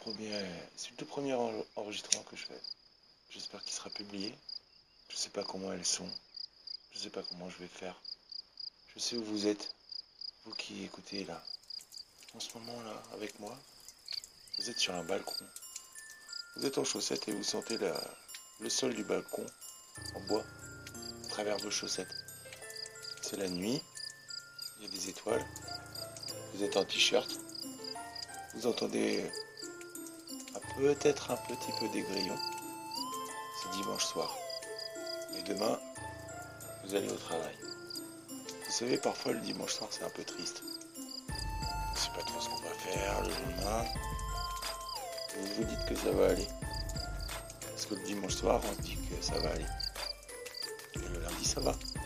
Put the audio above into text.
c'est le tout premier enregistrement que je fais. J'espère qu'il sera publié. Je sais pas comment elles sont. Je sais pas comment je vais faire. Je sais où vous êtes. Vous qui écoutez là. En ce moment là, avec moi. Vous êtes sur un balcon. Vous êtes en chaussettes et vous sentez le sol du balcon en bois à travers vos chaussettes. C'est la nuit. Il y a des étoiles. Vous êtes en t-shirt. Vous entendez peut-être un petit peu des grillons. C'est dimanche soir. Et demain, vous allez au travail. Vous savez, parfois le dimanche soir, c'est un peu triste. On ne sait pas trop ce qu'on va faire le lendemain. Vous vous dites que ça va aller. Parce que le dimanche soir, on dit que ça va aller. Et le lundi, ça va.